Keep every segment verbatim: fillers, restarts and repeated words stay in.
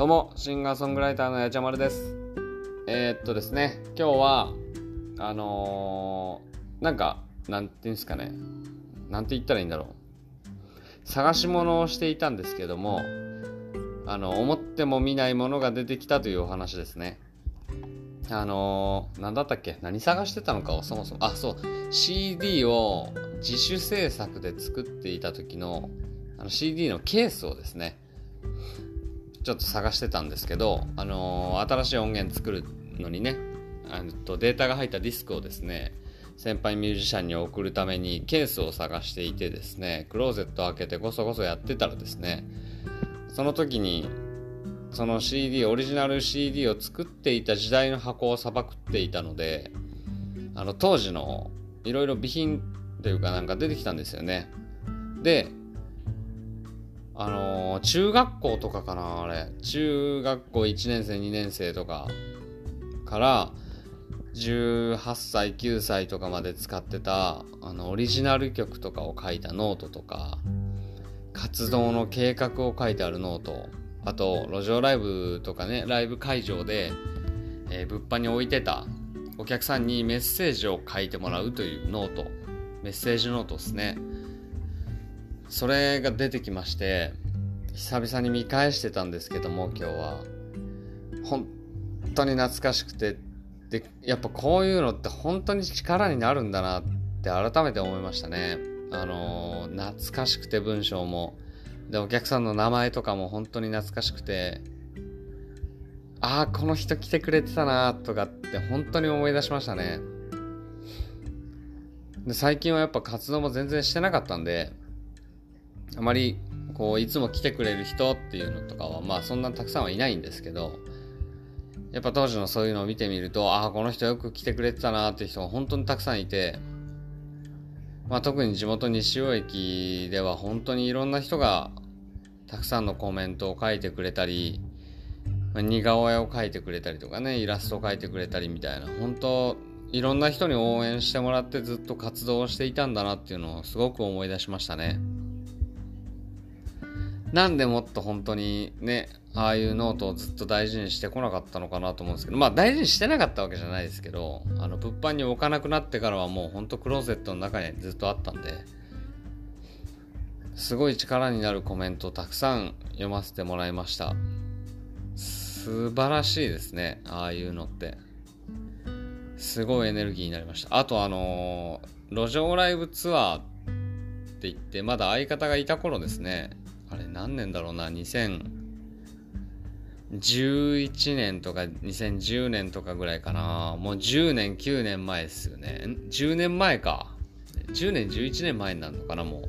どうもシンガーソングライターのやちゃまるです。えー、っとですね今日はあのー、なんかなんていうんですかねなんて言ったらいいんだろう探し物をしていたんですけども、あの思っても見ないものが出てきたというお話ですね。あのー、なんだったっけ何探してたのかをそもそもあそう シーディー を自主制作で作っていた時のあの シーディー のケースをですねちょっと探してたんですけど、あのー、新しい音源作るのにねあのとデータが入ったディスクをですね先輩ミュージシャンに送るためにケースを探していてですねクローゼットを開けてゴソゴソやってたらですねその時にその シーディー オリジナル シーディー を作っていた時代の箱をさばくっていたので、あの当時のいろいろ備品というかなんか出てきたんですよね。であのー、中学校とかかなあれ中学校いちねん生にねん生とかからじゅうはっさいきゅうさいとかまで使ってたあのオリジナル曲とかを書いたノートとか活動の計画を書いてあるノート、あと路上ライブとかねライブ会場で、えー、物販に置いてたお客さんにメッセージを書いてもらうというノート、メッセージノートですね。それが出てきまして久々に見返してたんですけども、今日は本当に懐かしくて、でやっぱこういうのって本当に力になるんだなって改めて思いましたね。あのー、懐かしくて文章もでお客さんの名前とかも本当に懐かしくて、ああこの人来てくれてたなとかって本当に思い出しましたね。で最近はやっぱ活動も全然してなかったんであまりこういつも来てくれる人っていうのとかはまあそんなたくさんはいないんですけど、やっぱ当時のそういうのを見てみると、ああこの人よく来てくれてたなっていう人が本当にたくさんいて、まあ特に地元西尾駅では本当にいろんな人がたくさんのコメントを書いてくれたり、似顔絵を描いてくれたりとかねイラストを描いてくれたりみたいな、本当いろんな人に応援してもらってずっと活動をしていたんだなっていうのをすごく思い出しましたね。なんでもっと本当にねああいうノートをずっと大事にしてこなかったのかなと思うんですけど、まあ大事にしてなかったわけじゃないですけど、あの物販に置かなくなってからはもう本当クローゼットの中にずっとあったんで、すごい力になるコメントをたくさん読ませてもらいました。素晴らしいですね、ああいうのってすごいエネルギーになりました。あとあのー、路上ライブツアーって言ってまだ相方がいた頃ですね、あれ何年だろうなにせんじゅういちねんとかにせんじゅうねんとかぐらいかな、もうじゅうねんきゅうねんまえですよね。じゅうねんまえかじゅうねんじゅういちねんまえになるのかな。もう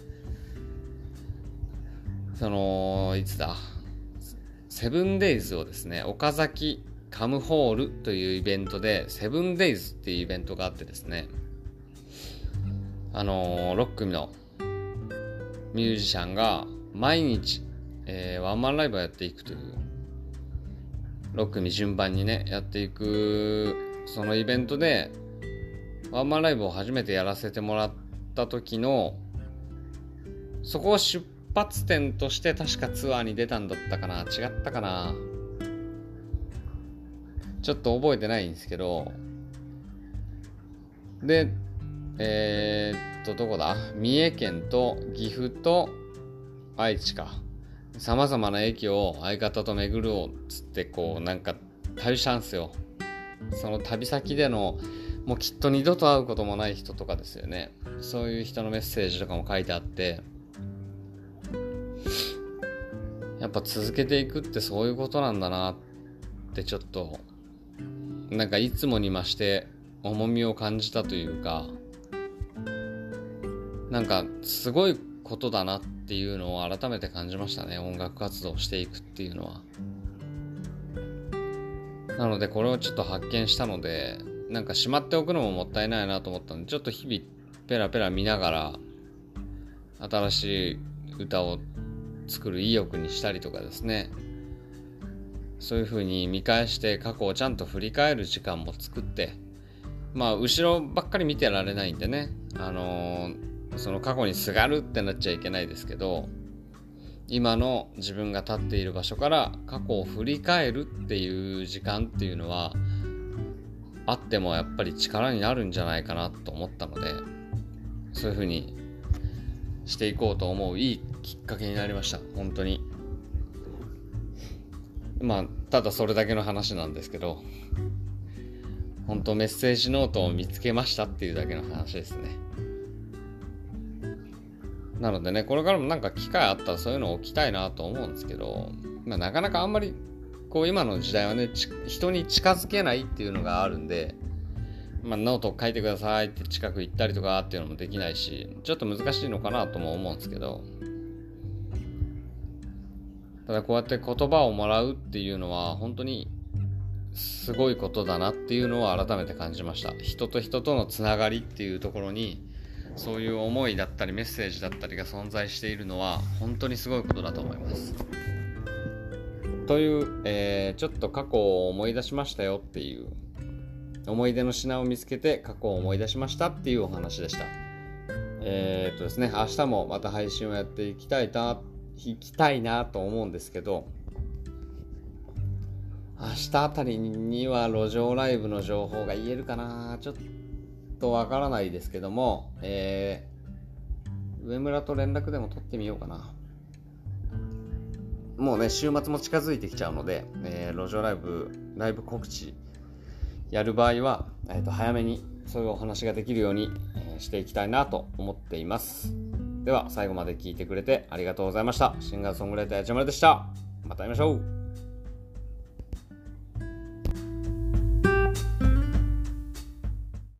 そのいつだセブンデイズをですね岡崎カムホールというイベントでセブンデイズっていうイベントがあってですね、あのー、ろっくみのミュージシャンが毎日、えー、ワンマンライブをやっていくというろっくみ順番にねやっていくそのイベントでワンマンライブを初めてやらせてもらった時のそこを出発点として確かツアーに出たんだったかな違ったかなちょっと覚えてないんですけど、でえー、っとどこだ三重県と岐阜と愛知かさまざまな駅を相方と巡るをつってこうなんか旅したんですよ。その旅先でのもうきっと二度と会うこともない人とかですよね、そういう人のメッセージとかも書いてあって、やっぱ続けていくってそういうことなんだなってちょっとなんかいつもに増して重みを感じたというか、なんかすごいことだなっていうのを改めて感じましたね、音楽活動をしていくっていうのは。なのでこれをちょっと発見したのでなんかしまっておくのももったいないなと思ったので、ちょっと日々ペラペラ見ながら新しい歌を作る意欲にしたりとかですね、そういう風に見返して過去をちゃんと振り返る時間も作って、まあ後ろばっかり見てられないんでね、あのー、その過去にすがるってなっちゃいけないですけど、 今の自分が立っている場所から過去を振り返るっていう時間っていうのはあってもやっぱり力になるんじゃないかなと思ったので、そういう風にしていこうと思ういいきっかけになりました。本当にまあただそれだけの話なんですけど、本当メッセージノートを見つけましたっていうだけの話ですね。なのでね、これからもなんか機会あったらそういうのを置きたいなと思うんですけど、まあ、なかなかあんまりこう今の時代はね、人に近づけないっていうのがあるんで、まあ、ノート書いてくださいって近く行ったりとかっていうのもできないし、ちょっと難しいのかなとも思うんですけど、ただこうやって言葉をもらうっていうのは本当にすごいことだなっていうのを改めて感じました。人と人とのつながりっていうところにそういう思いだったりメッセージだったりが存在しているのは本当にすごいことだと思います。という、えー、ちょっと過去を思い出しましたよっていう、思い出の品を見つけて過去を思い出しましたっていうお話でした。えー、っとですね、明日もまた配信をやっていきたいな、いきたいなと思うんですけど、明日あたりには路上ライブの情報が言えるかな、ちょっとわからないですけども、えー、上村と連絡でも取ってみようかな。もうね、週末も近づいてきちゃうので、えー、路上ライブライブ告知やる場合は、えーと、早めにそういうお話ができるように、えー、していきたいなと思っています。では最後まで聞いてくれてありがとうございました。シンガーソングライターやちゃまるでした。また会いましょう。